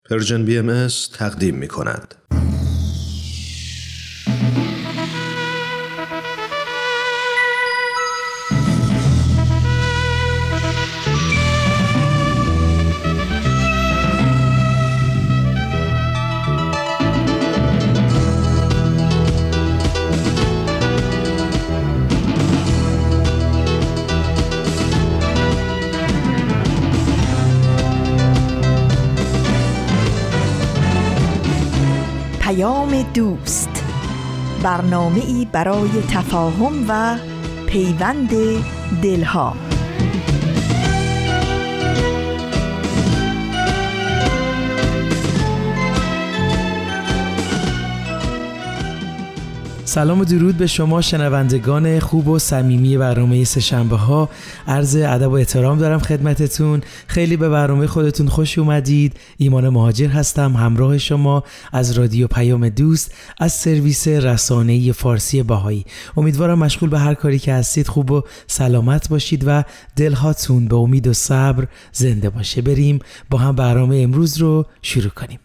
پرژن BMS تقدیم می کند. دوست، برنامه‌ای برای تفاهم و پیوند دلها. سلام و درود به شما شنوندگان خوب و صمیمی برنامه سه‌شنبه ها. عرض ادب و احترام دارم خدمتتون. خیلی به برنامه خودتون خوش اومدید. ایمان مهاجر هستم، همراه شما از رادیو پیام دوست، از سرویس رسانه‌ای فارسی بهایی. امیدوارم مشغول به هر کاری که هستید خوب و سلامت باشید و دلهاتون به امید و صبر زنده باشه. بریم با هم برنامه امروز رو شروع کنیم.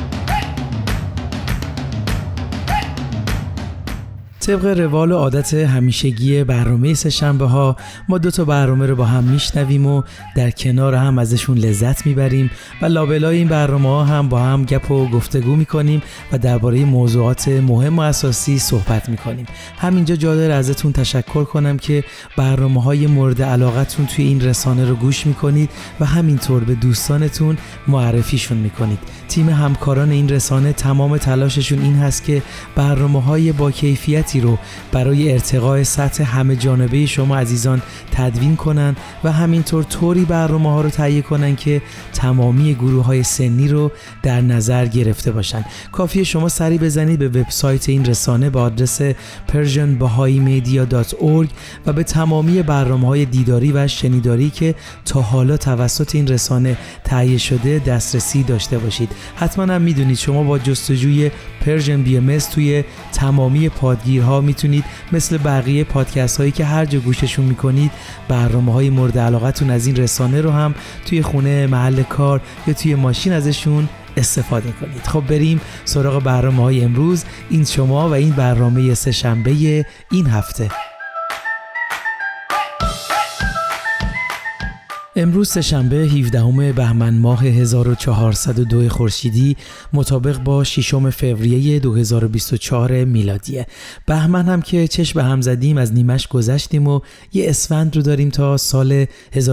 طبق روال و عادت همیشگی برنامه سه‌شنبه ها ما 2 برنامه رو با هم میشنویم و در کنار هم ازشون لذت میبریم و لابلای این برنامه ها هم با هم گپ و گفتگو میکنیم و درباره موضوعات مهم و اساسی صحبت میکنیم. همینجا جا داره ازتون تشکر کنم که برنامه های مورد علاقتون توی این رسانه رو گوش میکنید و همینطور به دوستانتون معرفیشون میکنید. تیم همکاران این رسانه تمام تلاششون این هست که برنامه‌های با کیفیتی رو برای ارتقاء سطح همه جانبه شما عزیزان تدوین کنن و همینطور طوری برنامه‌ها رو تهیه کنن که تمامی گروه‌های سنی رو در نظر گرفته باشن. کافیه شما سری بزنید به وبسایت این رسانه با آدرس persianbahaimedia.org و به تمامی برنامه‌های دیداری و شنیداری که تا حالا توسط این رسانه تهیه شده دسترسی داشته باشید. حتما هم میدونید شما با جستجوی پرژن BMS توی تمامی پادگیرها میتونید مثل بقیه پادکست هایی که هر جا گوششون میکنید برنامه‌های مورد علاقتون از این رسانه رو هم توی خونه، محل کار یا توی ماشین ازشون استفاده کنید. خب بریم سراغ برنامه‌های امروز. این شما و این برنامه سه‌شنبه این هفته. امروز سه‌شنبه 17 بهمن ماه 1402 خورشیدی مطابق با 6 فوریه 2024 میلادیه. بهمن هم که چشم به هم زدیم از نیمش گذشتیم و یه اسفند رو داریم تا سال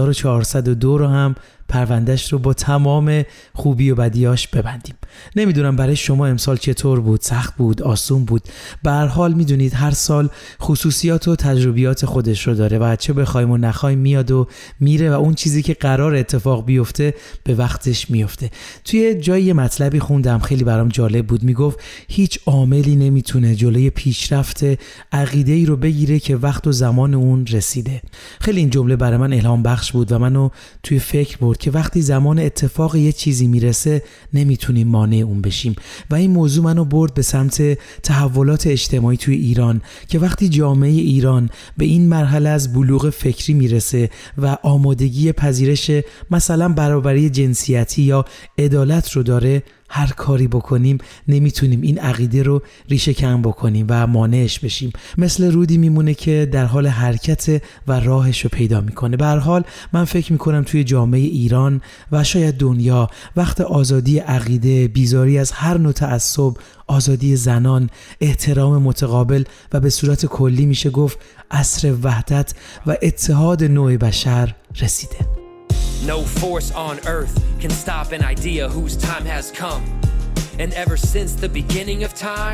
1402 رو هم پروندهش رو با تمام خوبی و بدیاش ببندیم. نمیدونم برای شما امسال چطور بود، سخت بود، آسون بود. به هر حال میدونید هر سال خصوصیات و تجربیات خودش رو داره و چه بخوایم و نخوایم میاد و میره و اون چیزی که قرار اتفاق بیفته به وقتش میفته. توی جایی مطلبی خوندم خیلی برام جالب بود، میگفت هیچ عاملی نمیتونه جلوی پیشرفت عقیده‌ای رو بگیره که وقت و زمان اون رسیده. خیلی این جمله برای من الهام بخش بود و منو توی فکر برد که وقتی زمان اتفاق یه چیزی میرسه نمیتونیم مانع اون بشیم و این موضوع منو برد به سمت تحولات اجتماعی توی ایران که وقتی جامعه ایران به این مرحله از بلوغ فکری میرسه و آمادگی پذیرش مثلا برابری جنسیتی یا عدالت رو داره، هر کاری بکنیم نمیتونیم این عقیده رو ریشه کن بکنیم و مانعش بشیم. مثل رودی میمونه که در حال حرکت و راهش رو پیدا میکنه. به هر حال من فکر میکنم توی جامعه ایران و شاید دنیا وقت آزادی عقیده، بیزاری از هر نوع تعصب، آزادی زنان، احترام متقابل و به صورت کلی میشه گفت عصر وحدت و اتحاد نوع بشر رسیده. No force on earth can stop an idea whose time has come. And ever since the beginning of time,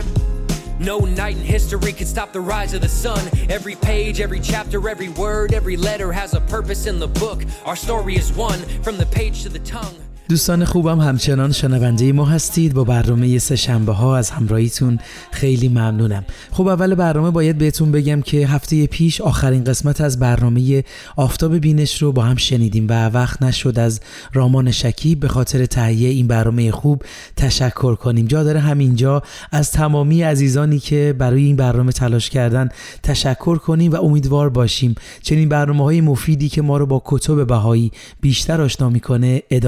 no night in history could stop the rise of the sun. Every page, every chapter, every word, every letter has a purpose in the book. Our story is one from the page to the tongue. دوستان خوبم همچنان شنونده ما هستید. با برنامه سه‌شنبه ها از همراهیتون خیلی ممنونم. خب اول برنامه باید بهتون بگم که هفته پیش آخرین قسمت از برنامه آفتاب بینش رو با هم شنیدیم و وقت نشد از رامان شکیب به خاطر تهیه این برنامه خوب تشکر کنیم. جا داره همینجا از تمامی عزیزانی که برای این برنامه تلاش کردن تشکر کنیم و امیدوار باشیم چنین برنامه‌های مفیدی که ما رو با کتب بهایی بیشتر آشنا می‌کنه ادامه داشته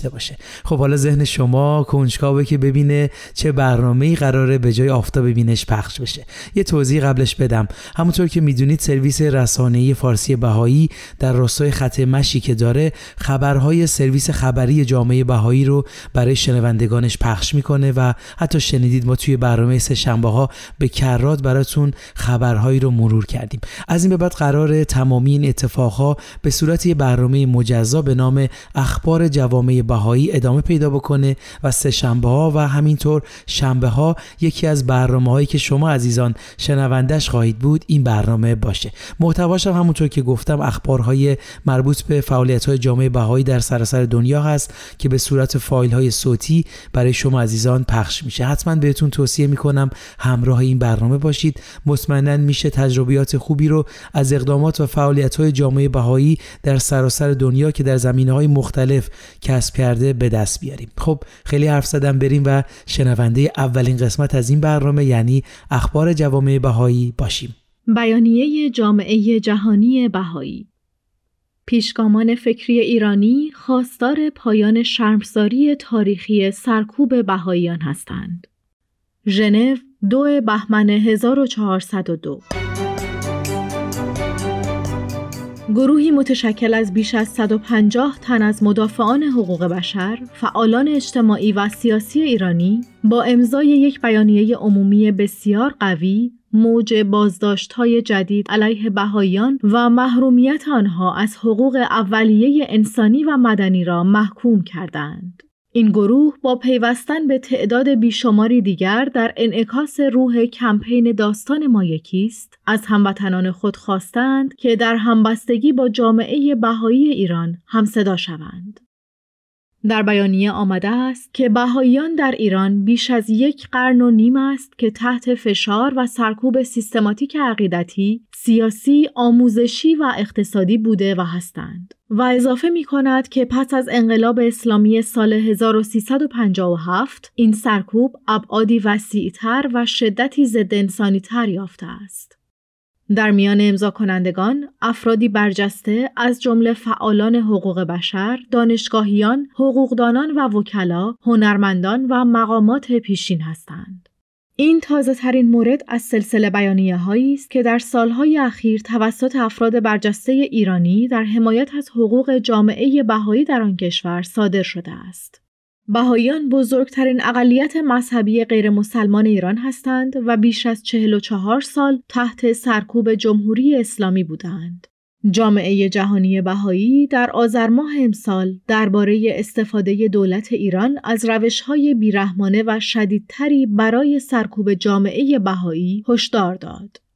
داشته باشه. خب حالا ذهن شما کنجکاوه که ببینه چه برنامه‌ای قراره به جای آفتاب بینش پخش بشه. یه توضیح قبلش بدم. همونطور که میدونید سرویس رسانه‌ای فارسی بهایی در راستای خط مشی که داره خبرهای سرویس خبری جامعه بهایی رو برای شنوندگانش پخش میکنه و حتی شنیدید ما توی برنامه سه شنبه‌ها به کرات براتون خبرهایی رو مرور کردیم. از این به بعد قراره تمامی این اتفاقها به صورت یه برنامه مجزا به نام اخبار جوامع بهایی ادامه پیدا بکنه و سه شنبه‌ها و همینطور شنبه‌ها یکی از برنامه‌هایی که شما عزیزان شنوندش خواهید بود این برنامه باشه. محتواش هم همونطور که گفتم اخبارهای مربوط به فعالیت‌های جامعه بهایی در سراسر دنیا هست که به صورت فایل‌های صوتی برای شما عزیزان پخش میشه. حتما بهتون توصیه میکنم همراه این برنامه باشید. مطمئناً میشه تجربیات خوبی رو از اقدامات و فعالیت‌های جامعه بهایی در سراسر دنیا که در زمینه‌های مختلف کسب کرده به دست بیاریم. خب خیلی حرف زدم، بریم و شنونده اولین قسمت از این برنامه یعنی اخبار جوامع بهایی باشیم. بیانیه جامعه جهانی بهایی. پیشگامان فکری ایرانی خواستار پایان شرمساری تاریخی سرکوب بهاییان هستند. ژنو 2 بهمن 1402. گروهی متشکل از بیش از 150 تن از مدافعان حقوق بشر، فعالان اجتماعی و سیاسی ایرانی با امضای یک بیانیه عمومی بسیار قوی، موج بازداشت‌های جدید علیه بهائیان و محرومیت آنها از حقوق اولیه انسانی و مدنی را محکوم کردند. این گروه با پیوستن به تعداد بیشماری دیگر در انعکاس روح کمپین داستان ما یکیست از هموطنان خود خواستند که در همبستگی با جامعه بهایی ایران همصدا شوند. در بیانیه آمده است که بهائیان در ایران بیش از 1.5 قرن است که تحت فشار و سرکوب سیستماتیک عقیدتی، سیاسی، آموزشی و اقتصادی بوده و هستند. و اضافه می کند که پس از انقلاب اسلامی سال 1357 این سرکوب ابعادی وسیع‌تر و شدتی ضد انسانی‌تر یافته است. در میان امضا کنندگان افرادی برجسته از جمله فعالان حقوق بشر، دانشگاهیان، حقوقدانان و وکلا، هنرمندان و مقامات پیشین هستند. این تازه‌ترین مورد از سلسله بیانیه‌هایی است که در سالهای اخیر توسط افراد برجسته ایرانی در حمایت از حقوق جامعه بهایی در آن کشور صادر شده است. بهائیان بزرگترین اقلیت مذهبی غیر مسلمان ایران هستند و بیش از 44 سال تحت سرکوب جمهوری اسلامی بودند. جامعه جهانی بهایی در آذر ماه امسال درباره استفاده دولت ایران از روش‌های بیرحمانه و شدیدتری برای سرکوب جامعه بهایی هشدار داد.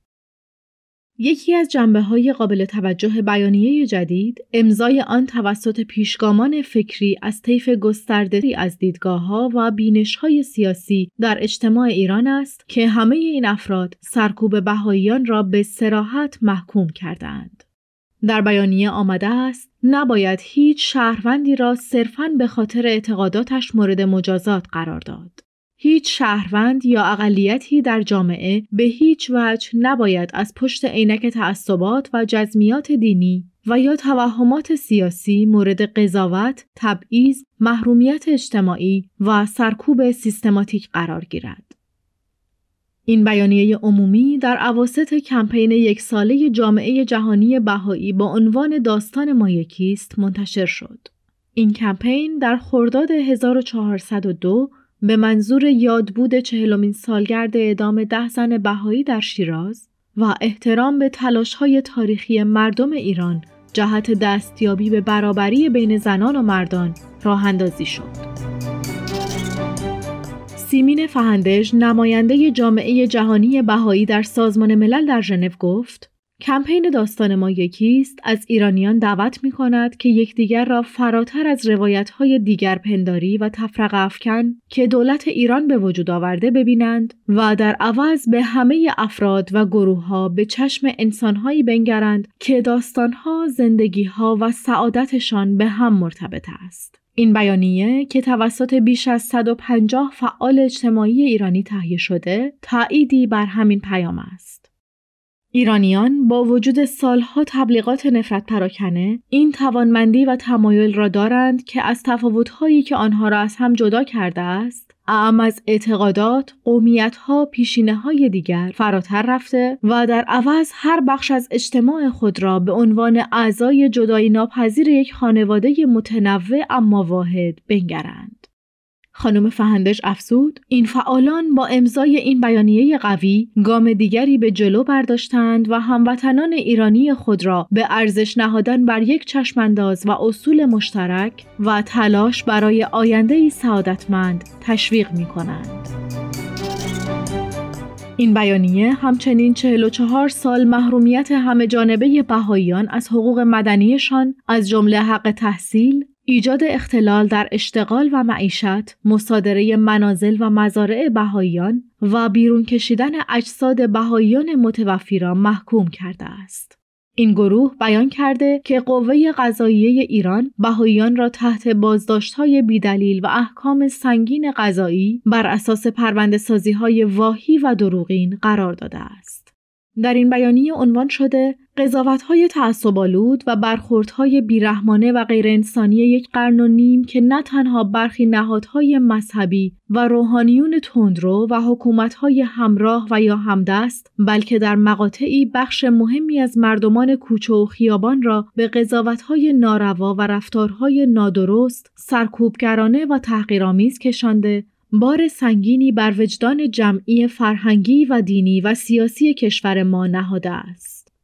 یکی از جنبه‌های قابل توجه بیانیه جدید، امضای آن توسط پیشگامان فکری از طیف گسترده‌ای از دیدگاه‌ها و بینش‌های سیاسی در اجتماع ایران است که همه این افراد سرکوب بهائیان را به صراحت محکوم کردند. در بیانیه آمده است نباید هیچ شهروندی را صرفاً به خاطر اعتقاداتش مورد مجازات قرار داد. هیچ شهروند یا اقلیتی در جامعه به هیچ وجه نباید از پشت عینک تعصبات و جزمیات دینی و یا توهمات سیاسی مورد قضاوت، تبعیض، محرومیت اجتماعی و سرکوب سیستماتیک قرار گیرد. این بیانیه عمومی در اواسط کمپین 1 ساله جامعه جهانی بهایی با عنوان داستان ما یکیست منتشر شد. این کمپین در خرداد 1402 به منظور یادبود 40مین سالگرد اعدام 10 زن بهایی در شیراز و احترام به تلاش‌های تاریخی مردم ایران جهت دستیابی به برابری بین زنان و مردان راه اندازی شد. سیمین فهندژ، نماینده جامعه جهانی بهایی در سازمان ملل در ژنو گفت: کمپین داستان ما یکیست از ایرانیان دعوت می‌کند که یکدیگر را فراتر از روایت‌های دیگر پنداری و تفرقه افکن که دولت ایران به وجود آورده ببینند و در عوض به همه افراد و گروه‌ها به چشم انسان‌هایی بنگرند که داستان‌ها، زندگی‌ها و سعادتشان به هم مرتبط است. این بیانیه که توسط بیش از 150 فعال اجتماعی ایرانی تهیه شده، تأییدی بر همین پیام است. ایرانیان با وجود سالها تبلیغات نفرت پراکنه این توانمندی و تمایل را دارند که از تفاوت‌هایی که آنها را از هم جدا کرده است، اعم از اعتقادات، قومیت‌ها، پیشینه‌های دیگر فراتر رفته و در عوض هر بخش از اجتماع خود را به عنوان اعضای جدایی ناپذیر یک خانواده متنوع اما واحد بنگرند. خانم فهندش افزود این فعالان با امضای این بیانیه قوی گام دیگری به جلو برداشتند و هموطنان ایرانی خود را به ارزش نهادن بر یک چشمانداز و اصول مشترک و تلاش برای آینده‌ای سعادتمند تشویق می‌کنند. این بیانیه همچنین 44 سال محرومیت همه‌جانبه بهائیان از حقوق مدنیشان از جمله حق تحصیل، ایجاد اختلال در اشتغال و معیشت، مصادره منازل و مزارع بهائیان و بیرون کشیدن اجساد بهائیان متوفی را محکوم کرده است. این گروه بیان کرده که قوه قضاییه ایران بهائیان را تحت بازداشت‌های بی‌دلیل و احکام سنگین قضایی بر اساس پرونده‌سازی‌های واهی و دروغین قرار داده است. در این بیانیه عنوان شده قضاوت‌های تعصب‌آلود و برخوردهای بیرحمانه و غیرانسانی یک قرن و نیم که نه تنها برخی نهادهای مذهبی و روحانیون تندرو و حکومت‌های همراه و یا همدست، بلکه در مقاطعی بخش مهمی از مردمان کوچه و خیابان را به قضاوت‌های ناروا و رفتارهای نادرست، سرکوبگرانه و تحقیرآمیز کشانده، بار سنگینی بر وجدان جمعی فرهنگی و دینی و سیاسی کشور ما نهاده است.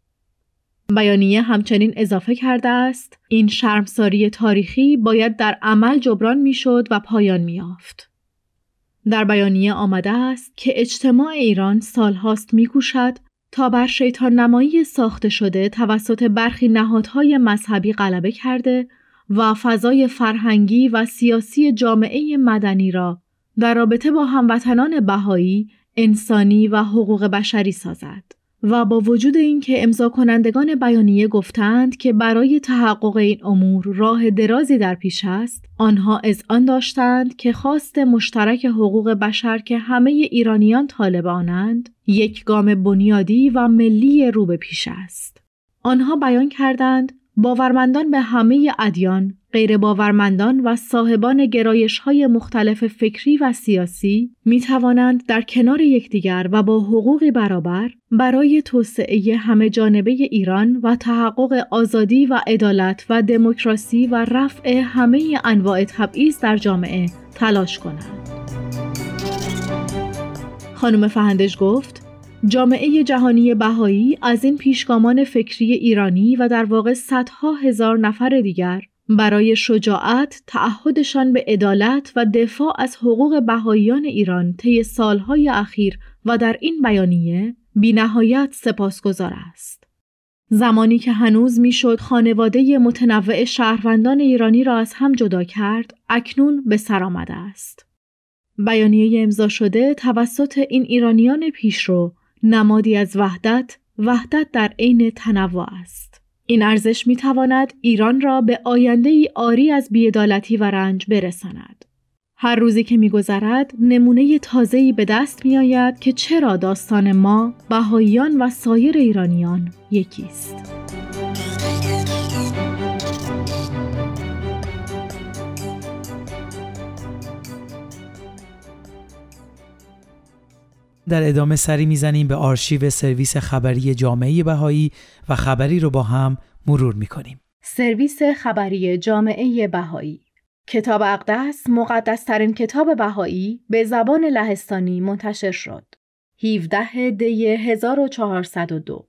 بیانیه همچنین اضافه کرده است این شرمساری تاریخی باید در عمل جبران میشد و پایان می‌یافت. در بیانیه آمده است که اجتماع ایران سالهاست می‌کوشد تا بر شیطان نمایی ساخته شده توسط برخی نهادهای مذهبی غلبه کرده و فضای فرهنگی و سیاسی جامعه مدنی را در رابطه با هموطنان بهایی، انسانی و حقوق بشری سازد. و با وجود اینکه امضا کنندگان بیانیه گفتند که برای تحقق این امور راه درازی در پیش است، آنها اذعان داشتند که خواست مشترک حقوق بشر که همه ایرانیان طالب آنند، یک گام بنیادی و ملی رو به پیش است. آنها بیان کردند باورمندان به همه ادیان، غیر باورمندان و صاحبان گرایش‌های مختلف فکری و سیاسی می توانند در کنار یکدیگر و با حقوقی برابر برای توسعه همه جانبه ایران و تحقق آزادی و عدالت و دموکراسی و رفع همه انواع تبعیض در جامعه تلاش کنند. خانم فهندش گفت جامعه جهانی بهایی از این پیشگامان فکری ایرانی و در واقع صدها هزار نفر دیگر برای شجاعت، تعهدشان به عدالت و دفاع از حقوق بهائیان ایران طی سالهای اخیر و در این بیانیه بی‌نهایت سپاسگزار است. زمانی که هنوز میشد خانواده متنوع شهروندان ایرانی را از هم جدا کرد، اکنون به سر آمده است. بیانیه امضا شده توسط این ایرانیان پیشرو نمادی از وحدت در عین تنوع است. این ارزش میتواند ایران را به آینده‌ای عاری از بی‌عدالتی و رنج برساند. هر روزی که میگذرد نمونه تازه‌ای به دست میآید که چرا داستان ما بهائیان و سایر ایرانیان یکی است. در ادامه سری میزنیم به آرشیو سرویس خبری جامعه بهایی و خبری رو با هم مرور میکنیم. سرویس خبری جامعه بهایی. کتاب اقدس، مقدس‌ترین کتاب بهایی، به زبان لهستانی منتشر شد. 17 دی 1402.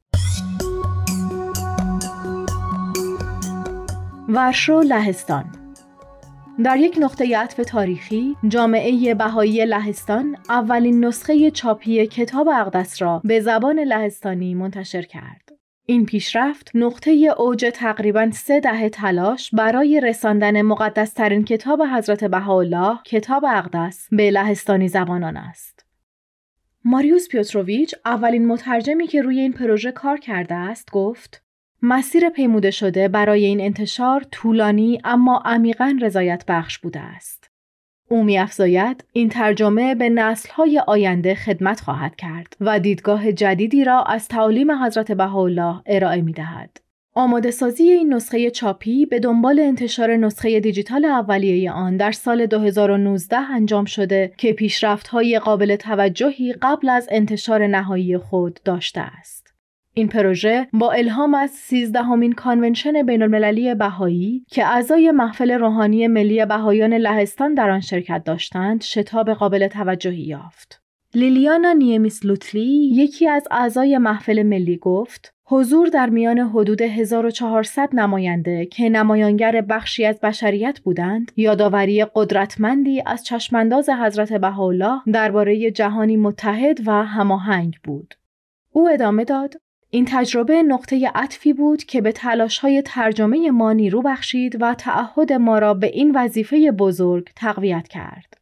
ورشو، لهستان. در یک نقطه عطف تاریخی، جامعه بهایی لهستان اولین نسخه چاپی کتاب اقدس را به زبان لهستانی منتشر کرد. این پیشرفت نقطه اوج تقریباً 3 دهه تلاش برای رساندن مقدس‌ترین کتاب حضرت بهاءالله، کتاب اقدس، به لهستانی زبانان است. ماریوس پیوتروویچ، اولین مترجمی که روی این پروژه کار کرده است، گفت: مسیر پیموده شده برای این انتشار طولانی اما عمیقاً رضایت بخش بوده است. او می‌افزاید این ترجمه به نسل‌های آینده خدمت خواهد کرد و دیدگاه جدیدی را از تعالیم حضرت بهاءالله ارائه می‌دهد. آماده سازی این نسخه چاپی به دنبال انتشار نسخه دیجیتال اولیه آن در سال 2019 انجام شده که پیشرفت‌های قابل توجهی قبل از انتشار نهایی خود داشته است. این پروژه با الهام از 13مین کانونشن بین‌المللی بهایی که اعضای محفل روحانی ملی بهایان لهستان در آن شرکت داشتند، شتاب قابل توجهی یافت. لیلیانا نیمیس لوتلی، یکی از اعضای محفل ملی، گفت: حضور در میان حدود 1400 نماینده که نمایانگر بخشی از بشریت بودند، یادآوری قدرتمندی از چشمانداز حضرت بهاءالله درباره جهانی متحد و هماهنگ بود. او ادامه داد: این تجربه نقطه عطفی بود که به تلاش‌های ترجمه ما نیرو بخشید و تعهد ما را به این وظیفه بزرگ تقویت کرد.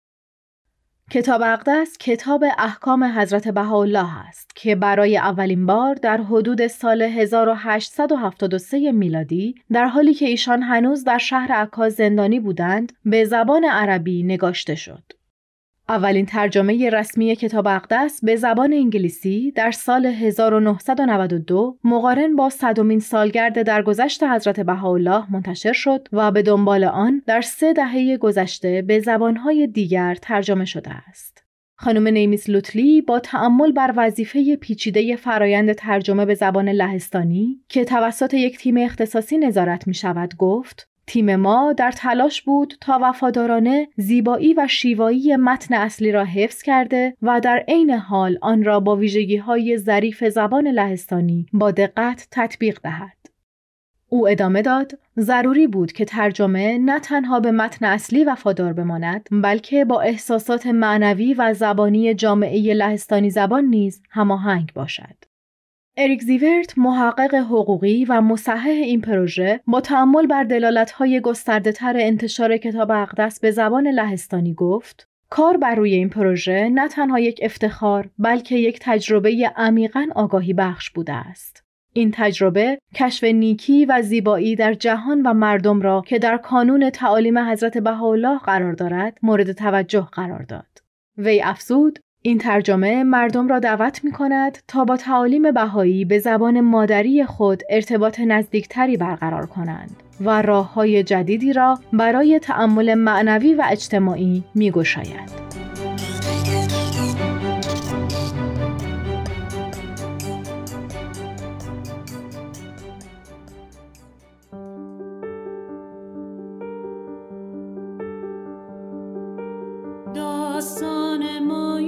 کتاب اقدس کتاب احکام حضرت بهاءالله است که برای اولین بار در حدود سال 1873 میلادی، در حالی که ایشان هنوز در شهر عکا زندانی بودند، به زبان عربی نگاشته شد. اولین ترجمه رسمی کتاب اقدس به زبان انگلیسی در سال 1992 مقارن با 100مین سالگرد درگذشت حضرت بهاءالله منتشر شد و به دنبال آن در 3 دهه گذشته به زبانهای دیگر ترجمه شده است. خانم نیمیس لوتلی با تأمل بر وظیفه پیچیده فرایند ترجمه به زبان لهستانی که توسط یک تیم اختصاصی نظارت می شود گفت: تیم ما در تلاش بود تا وفادارانه زیبایی و شیوایی متن اصلی را حفظ کرده و در عین حال آن را با ویژگی‌های ظریف زبان لهستانی با دقت تطبیق دهد. او ادامه داد: ضروری بود که ترجمه نه تنها به متن اصلی وفادار بماند، بلکه با احساسات معنوی و زبانی جامعه لهستانی زبان نیز هماهنگ باشد. اریک زیورت، محقق حقوقی و مصحح این پروژه، با تأمل بر دلالت‌های گسترده‌تر انتشار کتاب اقدس به زبان لهستانی گفت: کار بر روی این پروژه نه تنها یک افتخار، بلکه یک تجربه عمیقاً آگاهی بخش بوده است. این تجربه کشف نیکی و زیبایی در جهان و مردم را که در کانون تعالیم حضرت بهاءالله قرار دارد، مورد توجه قرار داد. وی افزود: این ترجمه مردم را دعوت می‌کند تا با تعالیم بهایی به زبان مادری خود ارتباط نزدیکتری برقرار کنند و راه‌های جدیدی را برای تأمل معنوی و اجتماعی می‌گشاید. داستان ما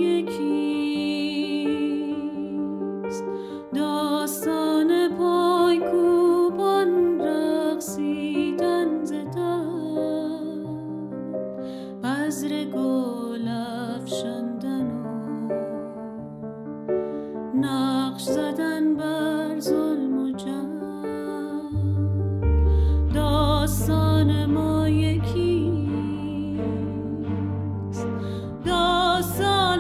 یکیست، داستان پایکوبان رقصیدن ز در، بذر گل افشاندن و نقش زدن بر ظلم و جنگ. داستان ما یکیست، داستان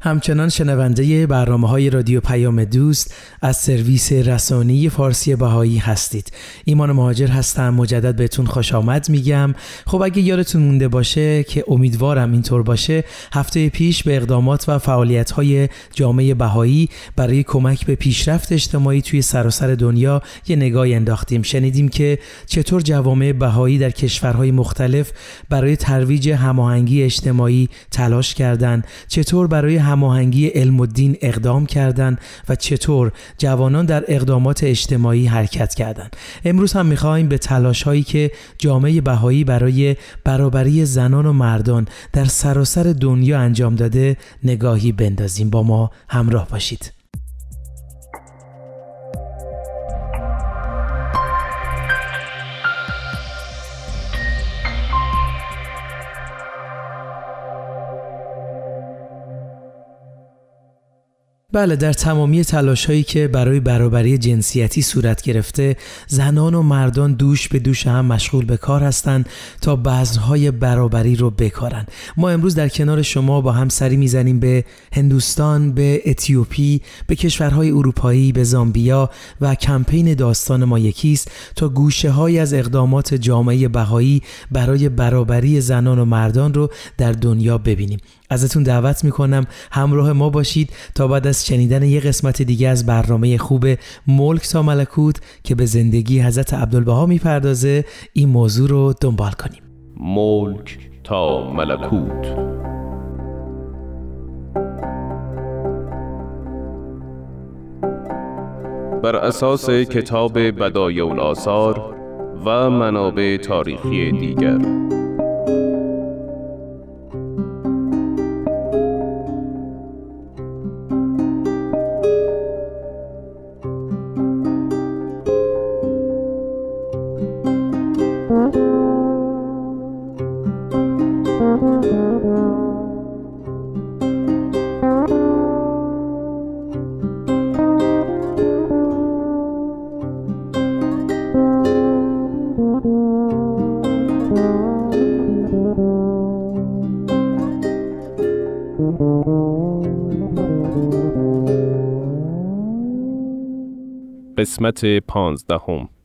همچنان شنونده برنامه‌های رادیو پیام دوست از سرویس رسانه‌ای فارسی بهایی هستید. ایمان مهاجر هستم. مجدد بهتون خوش آمد میگم. خب اگه یادتون مونده باشه که امیدوارم اینطور باشه، هفته پیش به اقدامات و فعالیت‌های جامعه بهایی برای کمک به پیشرفت اجتماعی توی سراسر دنیا یه نگاهی انداختیم. شنیدیم که چطور جوامع بهایی در کشورهای مختلف برای ترویج هماهنگی اجتماعی تلاش کردند، چطور برای هماهنگی علم و دین اقدام کردند و چطور جوانان در اقدامات اجتماعی حرکت کردند. امروز هم می‌خوایم به تلاش‌هایی که جامعه بهایی برای برابری زنان و مردان در سراسر دنیا انجام داده نگاهی بندازیم. با ما همراه باشید. بله، در تمامی تلاش‌هایی که برای برابری جنسیتی صورت گرفته، زنان و مردان دوش به دوش هم مشغول به کار هستند تا بذرهای برابری رو بکارن. ما امروز در کنار شما با هم سری میزنیم به هندوستان، به اتیوپی، به کشورهای اروپایی، به زامبیا و کمپین داستان ما یکیست تا گوشه‌هایی از اقدامات جامعه بهایی برای برابری زنان و مردان رو در دنیا ببینیم. ازتون دعوت میکنم همراه ما باشید تا بعد از شنیدن یه قسمت دیگه از برنامه خوب ملک تا ملکوت که به زندگی حضرت عبدالبها میپردازه این موضوع رو دنبال کنیم. ملک تا ملکوت. بر اساس کتاب بدایع الآثار و منابع تاریخی دیگر. قسمت 15.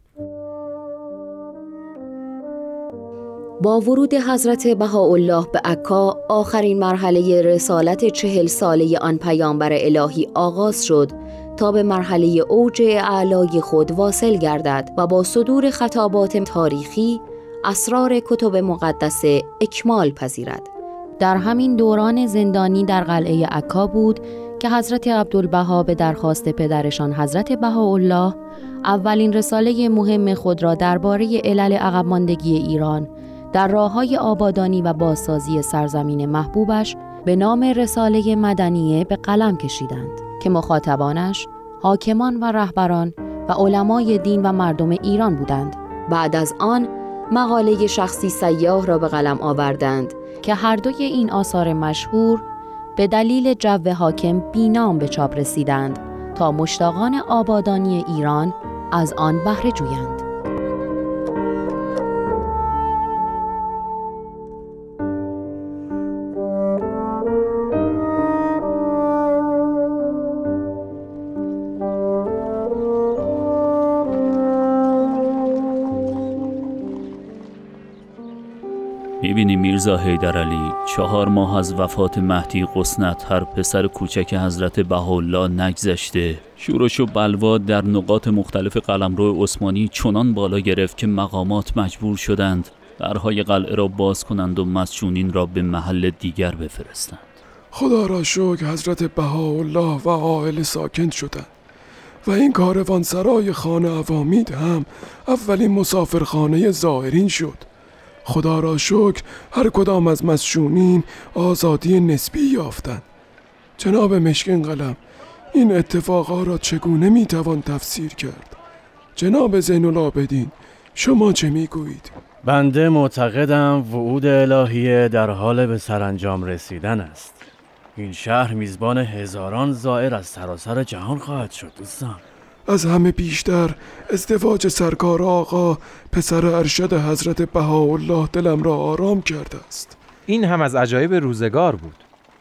با ورود حضرت بهاءالله به عکا، آخرین مرحله رسالت 40 ساله آن پیامبر الهی آغاز شد تا به مرحله اوج اعلای خود واصل گردد و با صدور خطابات تاریخی اسرار کتب مقدسه اکمال پذیرد. در همین دوران زندانی در قلعه عکا بود که حضرت عبدالبها به درخواست پدرشان حضرت بهاءالله اولین رساله مهم خود را درباره علل عقب ماندگی ایران در راه‌های آبادانی و بازسازی سرزمین محبوبش به نام رساله مدنیه به قلم کشیدند که مخاطبانش حاکمان و رهبران و علمای دین و مردم ایران بودند. بعد از آن مقاله شخصی سیاح را به قلم آوردند که هر دوی این آثار مشهور به دلیل جو حاکم بی‌نام به چاپ رسیدند تا مشتاقان آبادانی ایران از آن بهره جویند. می‌بینی میرزا حیدرعلی 4 ماه از وفات مهدی قسنط هر پسر کوچک حضرت بهاءالله نگذشته. شورش و بلوا در نقاط مختلف قلمرو عثمانی چنان بالا گرفت که مقامات مجبور شدند درهای قلعه را باز کنند و مسجونین را به محل دیگر بفرستند. خدا را شکر حضرت بهاءالله و عائله ساکن شدند و این کاروانسرای خانه عوامید هم اولین مسافرخانه زائرین شد. خدا را شکر هر کدام از مسجونین آزادی نسبی یافتند. جناب مشکین قلم، این اتفاقا را چگونه میتوان تفسیر کرد؟ جناب زین العابدین، شما چه میگویید؟ بنده معتقدم وعود الهیه در حال به سرانجام رسیدن است. این شهر میزبان هزاران زائر از سراسر جهان خواهد شد دوستان. از همه بیشتر ازدواج سرکار آقا پسر ارشد حضرت بهاءالله دلم را آرام کرده است. این هم از عجایب روزگار بود.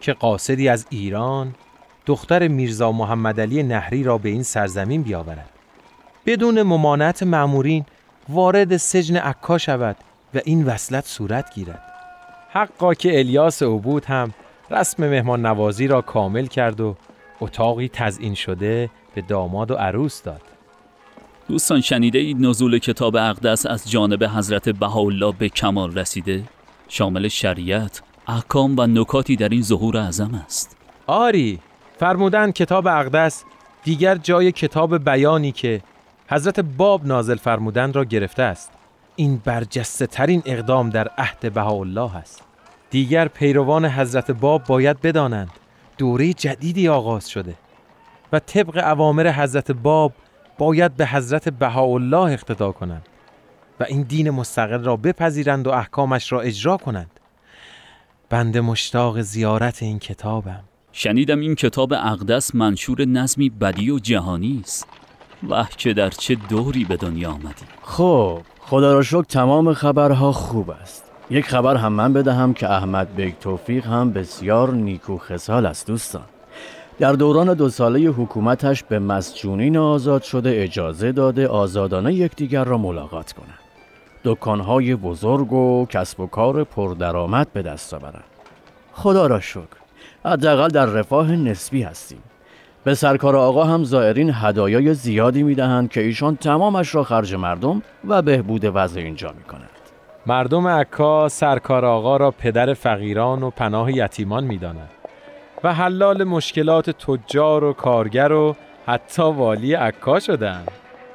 که قاصدی از ایران دختر میرزا محمد علی نهری را به این سرزمین بیاورد، بدون ممانعت مأمورین وارد سجن عکا شود و این وصلت صورت گیرد. حقا که الیاس عبود هم رسم مهمان نوازی را کامل کرد و اتاقی تزیین شده به داماد و عروس داد. دوستان شنیده اید نزول کتاب اقدس از جانب حضرت بهاءالله به کمال رسیده؟ شامل شریعت، احکام و نکاتی در این ظهور اعظم است. آری، فرمودند کتاب اقدس دیگر جای کتاب بیانی که حضرت باب نازل فرمودند را گرفته است. این برجسته ترین اقدام در عهد بهاءالله است. دیگر پیروان حضرت باب باید بدانند دوره جدیدی آغاز شده و طبق اوامر حضرت باب باید به حضرت بهاءالله اقتدا کنند و این دین مستقل را بپذیرند و احکامش را اجرا کنند. بنده مشتاق زیارت این کتابم. شنیدم این کتاب اقدس منشور نظمی بدیع و جهانی است. واه که در چه دوری به دنیا آمدی. خب خدا را شکر تمام خبرها خوب است. یک خبر هم من بدهم که احمد بیگ توفیق هم بسیار نیکو خصال است. دوستان در دوران 2 ساله حکومتش به مسجونین آزاد شده اجازه داده آزادانه یکدیگر را ملاقات کنند، دکانهای بزرگ و کسب و کار پردرآمد به دست آورند. خدا را شکر حداقل در رفاه نسبی هستیم. به سرکار آقا هم زائرین هدایای زیادی میدهند که ایشان تمامش را خرج مردم و بهبود وضع اینجا میکنند. مردم عکا سرکار آقا را پدر فقیران و پناه یتیمان میدانند و حلال مشکلات تجار و کارگر و حتی والی عکا شدند.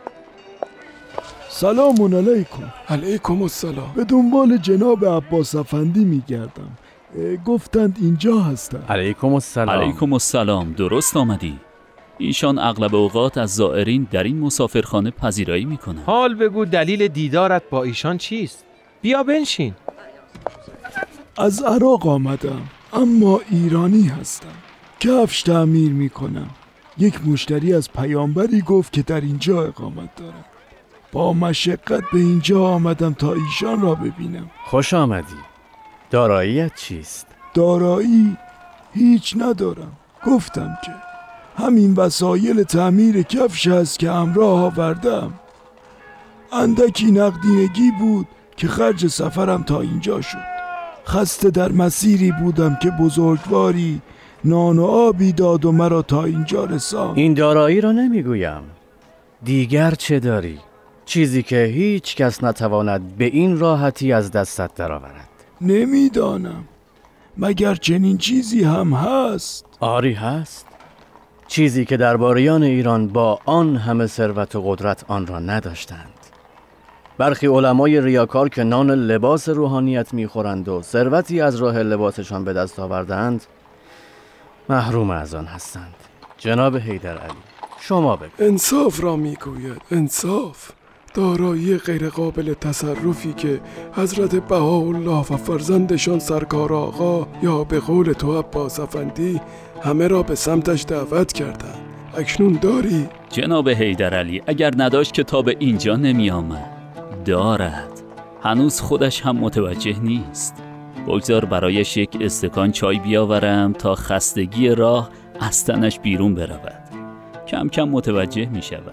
سلام علیکم. علیکم السلام. به دنبال جناب عباس افندی میگردم. گفتند اینجا هستند. علیکم السلام. علیکم السلام. درست آمدی. ایشان اغلب اوقات از زائرین در این مسافرخانه پذیرایی میکنند. حال بگو دلیل دیدارت با ایشان چیست؟ بیا بنشین. از عراق آمدم اما ایرانی هستم. کفش تعمیر میکنم. یک مشتری از پیامبری گفت که در اینجا اقامت دارم. با مشقت به اینجا آمدم تا ایشان را ببینم. خوش آمدی. داراییت چیست؟ دارایی هیچ ندارم. گفتم که همین وسایل تعمیر کفش است که همراه آوردم. اندکی نقدینگی بود که خرج سفرم تا اینجا شد. خسته در مسیری بودم که بزرگواری نان و آبی داد و مرا تا اینجا رساند. این دارایی را نمیگویم. دیگر چه داری؟ چیزی که هیچ کس نتواند به این راحتی از دستت درآورد. نمیدانم. مگر چنین چیزی هم هست؟ آری هست. چیزی که درباریان ایران با آن همه ثروت و قدرت آن را نداشتند. برخی علمای ریاکار که نان لباس روحانیت میخورند و ثروتی از راه لباسشان به دست آوردند محروم از آن هستند. جناب حیدرعلی شما بگو. انصاف را میگوید. انصاف. دارایی غیر قابل تصرفی که حضرت بهاءالله و فرزندشان سرکار آقا یا به قول تو عباس افندی همه را به سمتش دعوت کردند. اکنون داری؟ جناب حیدرعلی اگر نداشت کتاب اینجا نمی آمد. دارد. هنوز خودش هم متوجه نیست. بگذار برایش یک استکان چای بیاورم تا خستگی راه از تنش بیرون برود. کم کم متوجه می شود.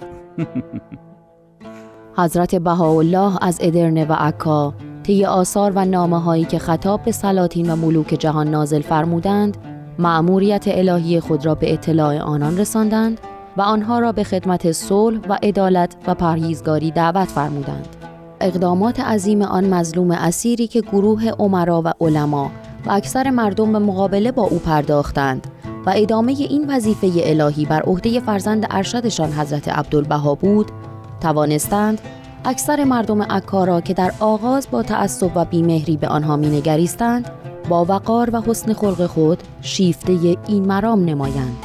حضرت بهاءالله از ادرنه و عکا طی آثار و نامه‌هایی که خطاب به سلاطین و ملوک جهان نازل فرمودند، مأموریت الهی خود را به اطلاع آنان رساندند و آنها را به خدمت صلح و عدالت و پرهیزگاری دعوت فرمودند. اقدامات عظیم آن مظلوم اسیری که گروه امرا و علما و اکثر مردم به مقابله با او پرداختند و ادامه این وظیفه الهی بر عهده فرزند ارشدشان حضرت عبدالبها بود، توانستند اکثر مردم عکا را که در آغاز با تعصب و بیمهری به آنها مینگریستند با وقار و حسن خلق خود شیفته این مرام نمایند.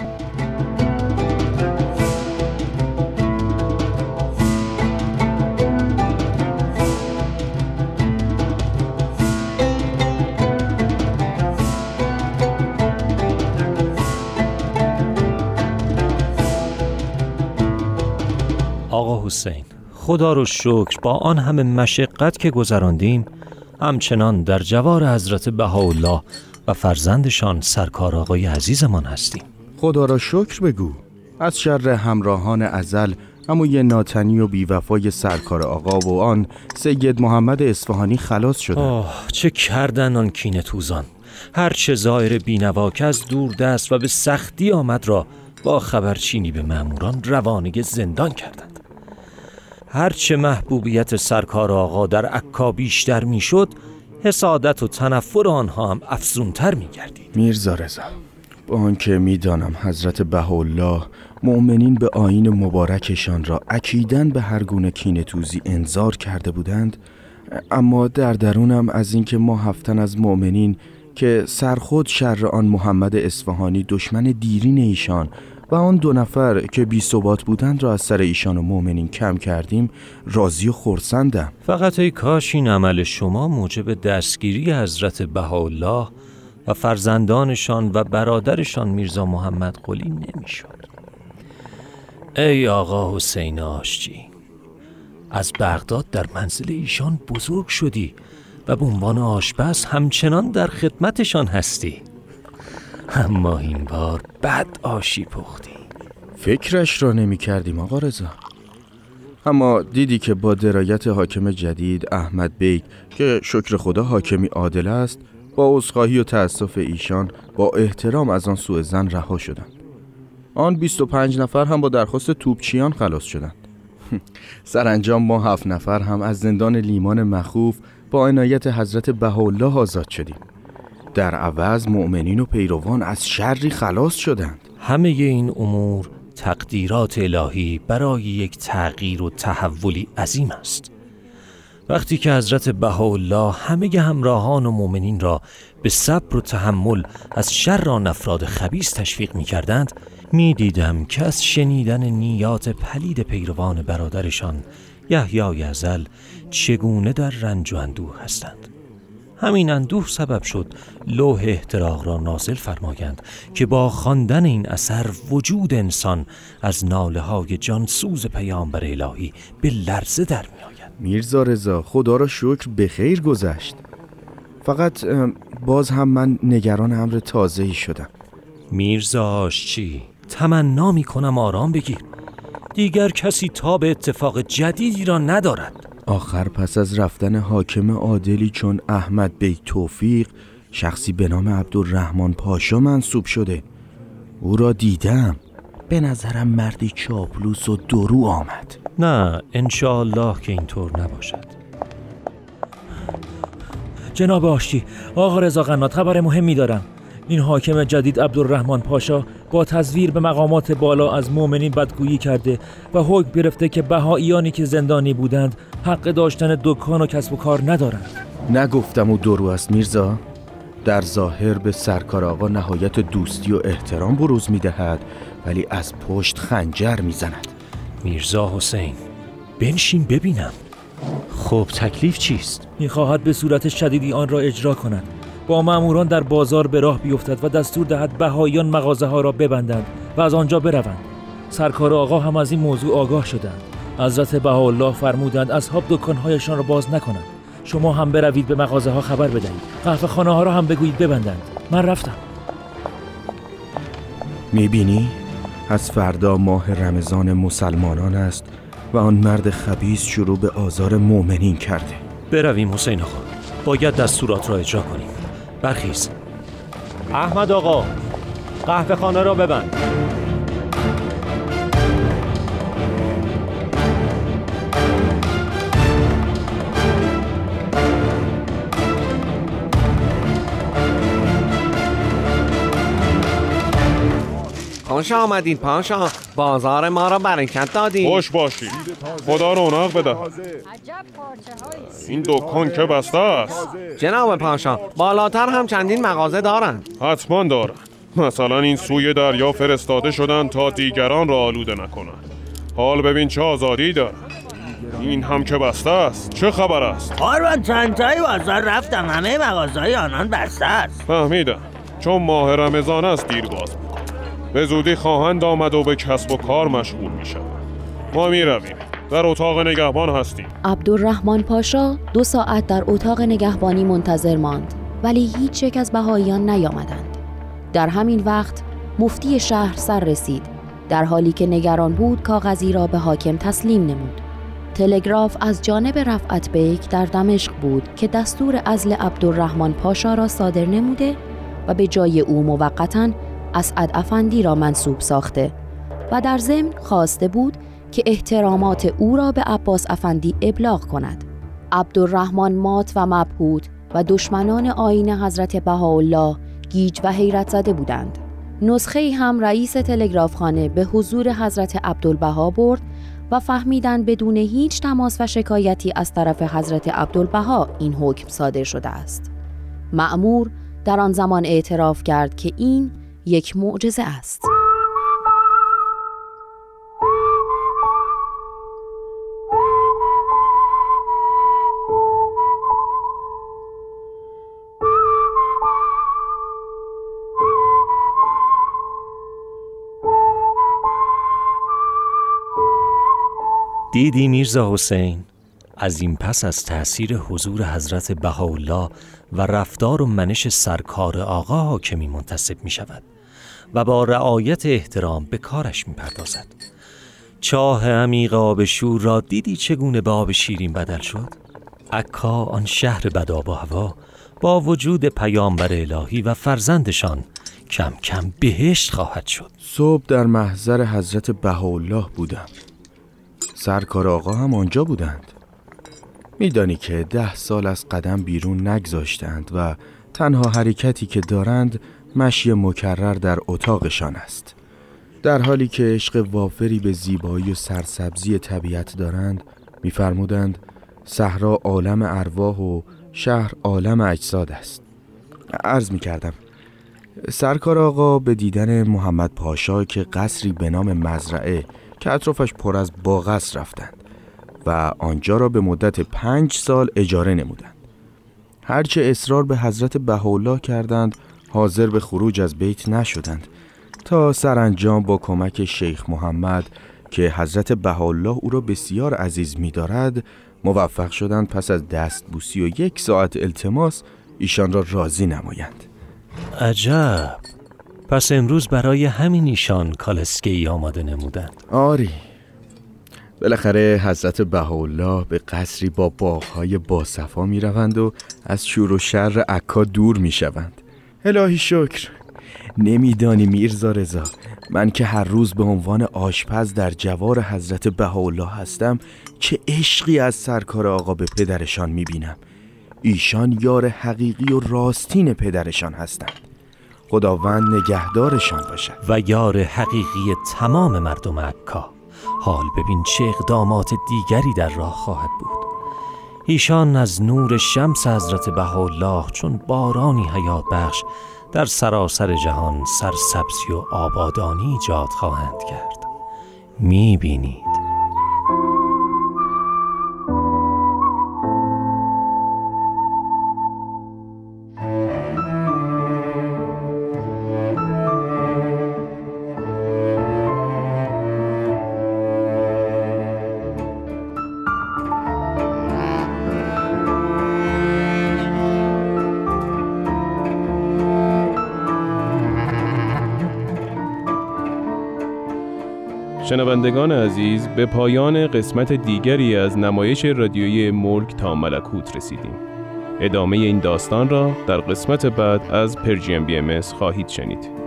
آقا حسین، خدا رو شکر با آن همه مشقت که گذراندیم همچنان در جوار حضرت بهاءالله و و فرزندشان سرکار آقای عزیزمان هستیم. خدا را شکر بگو. از شر همراهان ازل عموی ناتنی و بیوفای سرکار آقا و آن سید محمد اصفهانی خلاص شدند. چه کردن آن کینه توزان. هر چه زائر بینوا که از دور دست و به سختی آمد را با خبرچینی به مأموران روانه زندان کردند. هر چه محبوبیت سرکار آقا در عکا بیشتر میشد، حسادت و تنفر آنها هم افزونتر می‌گردید. میرزا رضا، با آنکه میدانم حضرت بهاءالله مؤمنین به آیین مبارکشان را اکیداً به هر گونه کینه‌توزی انذار کرده بودند، اما در درونم از اینکه ما هفتن از مؤمنین که سرخود شر آن محمد اصفهانی دشمن دیرین ایشان و آن 2 نفر که بی ثبات بودند را از سر ایشان و مؤمنین کم کردیم راضی و خرسندم. فقط ای کاش این عمل شما موجب دستگیری حضرت بهاءالله و فرزندانشان و برادرشان میرزا محمد قلی نمیشد. ای آقا حسین آشجی، از بغداد در منزل ایشان بزرگ شدی و به عنوان آشپز همچنان در خدمتشان هستی، اما این بار بد آشی پختی. فکرش را نمی کردیم آقا رضا، اما دیدی که با درایت حاکم جدید احمد بیگ که شکر خدا حاکمی عادل است، با عذرخواهی و تأسف ایشان با احترام از آن سوء ظن رها شدند. آن 25 نفر هم با درخواست توپچیان خلاص شدند. سرانجام ما 7 نفر هم از زندان لیمان مخوف با عنایت حضرت بهاءالله آزاد شدیم. در عوض مؤمنین و پیروان از شری خلاص شدند. همه این امور تقدیرات الهی برای یک تغییر و تحولی عظیم است. وقتی که حضرت بهاءالله همه همراهان و مؤمنین را به صبر و تحمل از شر آن افراد خبیث تشویق می کردند، می دیدم که از شنیدن نیات پلید پیروان برادرشان یحیای ازل چگونه در رنج و اندوه هستند. همین اندوه سبب شد لوح احتراق را نازل فرمایند که با خواندن این اثر وجود انسان از ناله‌های جانسوز پیامبر الهی به لرزه در می آید. میرزا رضا، خدا را شکر به خیر گذشت. فقط باز هم من نگران امر تازه‌ای شدم. میرزا آشچی، تمنا می کنم آرام بگیر. دیگر کسی تاب اتفاق جدیدی را ندارد. آخر پس از رفتن حاکم عادلی چون احمد بیگ توفیق، شخصی به نام عبدالرحمن پاشا منصوب شده. او را دیدم، به نظرم مردی چاپلوس و درو آمد. نه، انشاءالله که اینطور نباشد. جناب آشتی، آقا رضا قنات خبر مهمی دارم. این حاکم جدید عبدالرحمن پاشا با تزویر به مقامات بالا از مؤمنین بدگویی کرده و حکم گرفته که بهائیانی که زندانی بودند حق داشتن دکان و کسب و کار ندارند. نگفتم او درو است میرزا؟ در ظاهر به سرکار آقا نهایت دوستی و احترام بروز میدهد، ولی از پشت خنجر میزند. میرزا حسین، بنشین ببینم. خب تکلیف چیست؟ میخواهد به صورت شدیدی آن را اجرا کند. با مأموران در بازار به راه بیفتد و دستور دهد بهائیان مغازه ها را ببندند و از آنجا بروند. سرکار آقا هم از این موضوع آگاه شدند. حضرت بهاءالله فرمودند اصحاب دکانهایشان را باز نکنند. شما هم بروید به مغازه ها خبر بدهید. قهوه خانه ها را هم بگویید ببندند. من رفتم. میبینی؟ از فردا ماه رمضان مسلمانان است و آن مرد خبیث شروع به آزار مؤمنین کرده. برویم حسین آقا، باید دستورات را اجرا کنیم. برخیز. احمد آقا، قهوه خانه را ببند. خوش آمدید پاشا، بازار ما را برکت دادید. خوش باشید، خدا رونق بده. این دکان که بسته است. جناب پاشا، بالاتر هم چندین مغازه دارند. حتما دارند. مثلا این سوی دریا فرستاده شدند تا دیگران را آلوده نکنند. حال ببین چه آزادی دارند. این هم که بسته است. چه خبر است؟ قربان چند تایی بازار رفتم، همه مغازه‌های آنان بسته است. فهمیدم، چون ماه رمضان است دیر باز به زودی خواهند آمد و به کسب و کار مشغول می شود. ما می رویم، در اتاق نگهبان هستیم. عبدالرحمن پاشا 2 ساعت در اتاق نگهبانی منتظر ماند. ولی هیچ یک از بهائیان نیامدند. در همین وقت مفتی شهر سر رسید، در حالی که نگران بود کاغذی را به حاکم تسلیم نمود. تلگراف از جانب رفعت بیک در دمشق بود که دستور عزل عبدالرحمن پاشا را صادر نموده و به جای او موقتاً اسعد افندی را منصوب ساخته و در ضمن خواسته بود که احترامات او را به عباس افندی ابلاغ کند. عبدالرحمن مات و مبهوت و دشمنان آیین حضرت بهاءالله گیج و حیرت زده بودند. نسخه‌ای هم رئیس تلگرافخانه به حضور حضرت عبدالبها برد و فهمیدند بدون هیچ تماس و شکایتی از طرف حضرت عبدالبها این حکم صادر شده است. مأمور در آن زمان اعتراف کرد که این یک معجزه است. دیدی میرزا حسین، از این پس از تأثیر حضور حضرت بهاءالله و رفتار و منش سرکار آقا حاکمی منتسب می شود و با رعایت احترام به کارش می پردازد. چاه عمیق آب شور را دیدی چگونه به آب شیرین بدل شد؟ عکا آن شهر بدآب و هوا با وجود پیامبر الهی و فرزندشان کم کم بهشت خواهد شد. صبح در محضر حضرت بهاءالله بودم. سرکار آقا هم آنجا بودند. میدانی که 10 سال از قدم بیرون نگذاشتند و تنها حرکتی که دارند مشی مکرر در اتاقشان است. در حالی که عشق وافری به زیبایی و سرسبزی طبیعت دارند، می‌فرمودند صحرا عالم ارواح و شهر عالم اجساد است. عرض می‌کردم سرکار آقا به دیدن محمد پاشا که قصری به نام مزرعه که اطرافش پر از باغ است رفتند و آنجا را به مدت 5 سال اجاره نمودند. هرچه اصرار به حضرت بهاءالله کردند حاضر به خروج از بیت نشدند تا سرانجام با کمک شیخ محمد که حضرت بهاءالله او را بسیار عزیز می‌دارد موفق شدند پس از دستبوسی و 1 ساعت التماس ایشان را راضی نمایند. عجب، پس امروز برای همین ایشان کالسکه‌ای آماده نمودند. آری، بالاخره حضرت بهاءالله به قصری با باغ‌های باصفا می روند و از شور و شر عکا دور می شوند. الهی شکر. نمیدانی میرزا رضا، من که هر روز به عنوان آشپز در جوار حضرت بهاءالله هستم چه عشقی از سرکار آقا به پدرشان می بینم. ایشان یار حقیقی و راستین پدرشان هستند. خداوند نگهدارشان باشد. و یار حقیقی تمام مردم عکا. حال ببین چه اقدامات دیگری در راه خواهد بود. ایشان از نور شمس حضرت بهاءالله چون بارانی حیات بخش در سراسر جهان سرسبزی و آبادانی ایجاد خواهند کرد. میبینید. شنوندگان عزیز، به پایان قسمت دیگری از نمایش رادیویی ملک تا ملکوت رسیدیم. ادامه این داستان را در قسمت بعد از پرژین BMS خواهید شنید.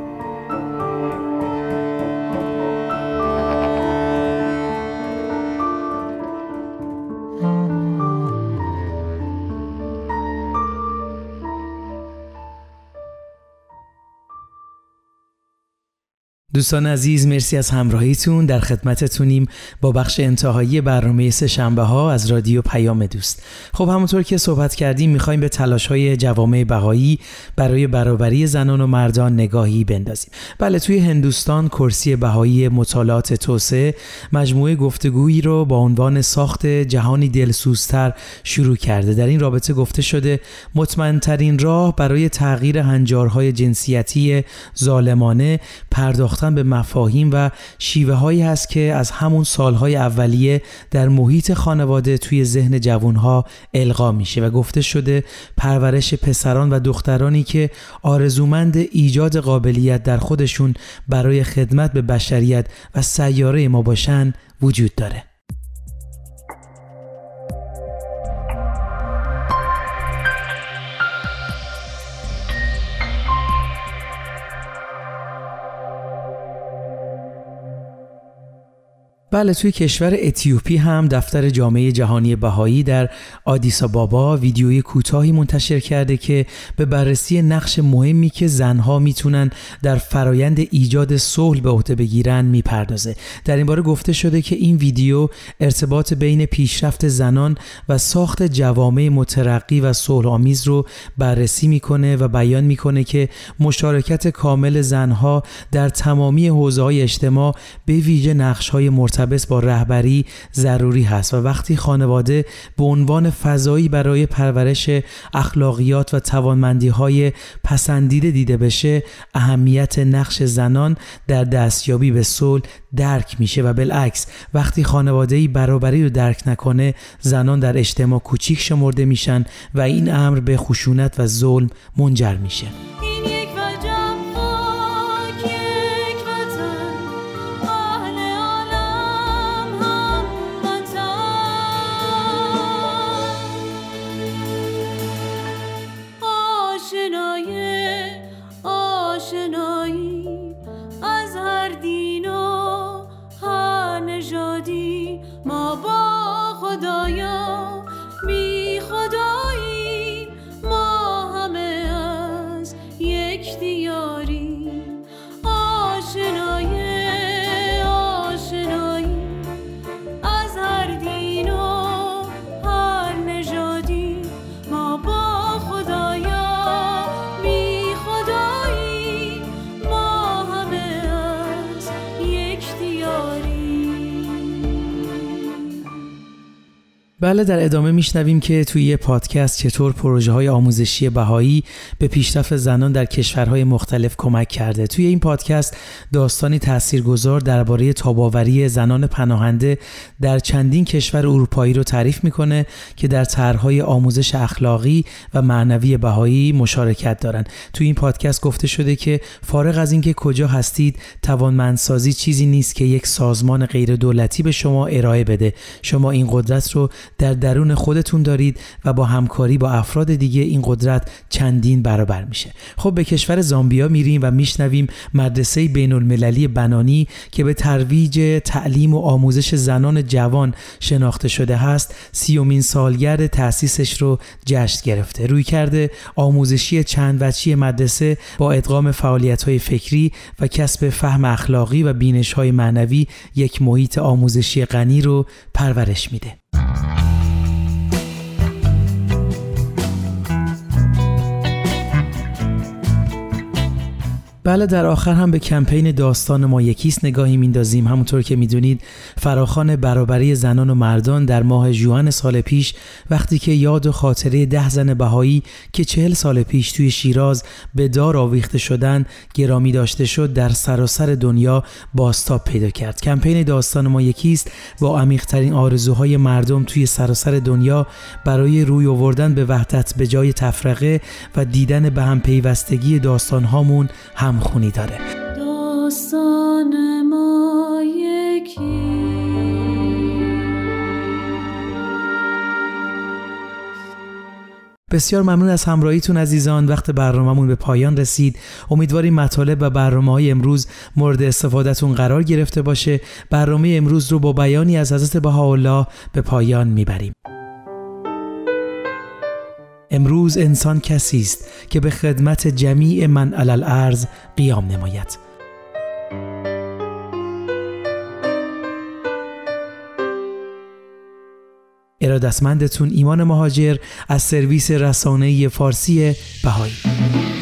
دوستان عزیز، مرسی از همراهیتون. در خدمتتونیم با بخش انتهایی برنامه سه‌شنبه ها از رادیو پیام دوست. خب همونطور که صحبت کردیم میخوایم به تلاش‌های جوامع بهایی برای برابری زنان و مردان نگاهی بندازیم. بله، توی هندوستان کرسی بهایی مطالعات توسعه مجموعه گفتگویی رو با عنوان ساخت جهانی دلسوزتر شروع کرده. در این رابطه گفته شده مطمئن‌ترین راه برای تغییر هنجارهای جنسیتی ظالمانه پرداختن پرداختن به مفاهیم و شیوه هایی هست که از همون سالهای اولیه در محیط خانواده توی ذهن جوانها القا میشه و گفته شده پرورش پسران و دخترانی که آرزومند ایجاد قابلیت در خودشون برای خدمت به بشریت و سیاره ما باشن وجود داره. بله، توی کشور اتیوپی هم دفتر جامعه جهانی بهایی در آدیس آبابا ویدیوی کوتاهی منتشر کرده که به بررسی نقش مهمی که زنها میتونن در فرایند ایجاد صلح به عهده بگیرن میپردازه. در این باره گفته شده که این ویدیو ارتباط بین پیشرفت زنان و ساخت جوامع مترقی و صلح‌آمیز رو بررسی میکنه و بیان میکنه که مشارکت کامل زنها در تمامی حوزه‌های اجتماع به ویژه نقش‌های مرتبط با رهبری ضروری هست و وقتی خانواده به عنوان فضایی برای پرورش اخلاقیات و توانمندی‌های پسندیده دیده بشه، اهمیت نقش زنان در دستیابی به صلح درک میشه و بالعکس وقتی خانواده‌ای برابری رو درک نکنه، زنان در اجتماع کوچیک شمرده میشن و این امر به خشونت و ظلم منجر میشه. بله، در ادامه میشنویم که توی یه پادکست چطور پروژه‌های آموزشی بهایی به پیشرفت زنان در کشورهای مختلف کمک کرده. توی این پادکست داستانی تاثیرگذار درباره تاب‌آوری زنان پناهنده در چندین کشور اروپایی رو تعریف میکنه که در طرح‌های آموزش اخلاقی و معنوی بهایی مشارکت دارن. توی این پادکست گفته شده که فارغ از اینکه کجا هستید، توانمندسازی چیزی نیست که یک سازمان غیر دولتی به شما ارائه بده. شما این قدرت رو در درون خودتون دارید و با همکاری با افراد دیگه این قدرت چندین برابر میشه. خب به کشور زامبیا میریم و میشنویم مدرسه بین‌المللی بنانی که به ترویج تعلیم و آموزش زنان جوان شناخته شده هست 30مین سالگرد تأسیسش رو جشن گرفته. رویکرد آموزشی چند وجهی مدرسه با ادغام فعالیت‌های فکری و کسب فهم اخلاقی و بینش‌های معنوی یک محیط آموزشی غنی رو پرورش میده. بله، در آخر هم به کمپین داستان ما یکیست نگاهی میندازیم. همونطور که میدونید فراخوان برابری زنان و مردان در ماه ژوئن سال پیش وقتی که یاد و خاطره 10 زن بهایی که 40 سال پیش توی شیراز به دار آویخته شدن گرامی داشته شد، در سراسر دنیا بازتاب پیدا کرد. کمپین داستان ما یکیست با عمیق‌ترین آرزوهای مردم توی سراسر دنیا برای روی آوردن به وحدت به جای تفرقه و دیدن به هم پیوستگی داستان‌هامون همخونی داره. داستان ما یکی بسیار ممنون از همراهیتون عزیزان. وقت برنامه‌مون به پایان رسید. امیدواریم مطالب و برنامه‌های امروز مورد استفادهتون قرار گرفته باشه. برنامه امروز رو با بیانی از حضرت بهاءالله به پایان میبریم. امروز انسان کسی است که به خدمت جمیع من علی الارض قیام نماید. ارادتمندتون ایمان مهاجر از سرویس رسانه‌ای فارسی بهایی.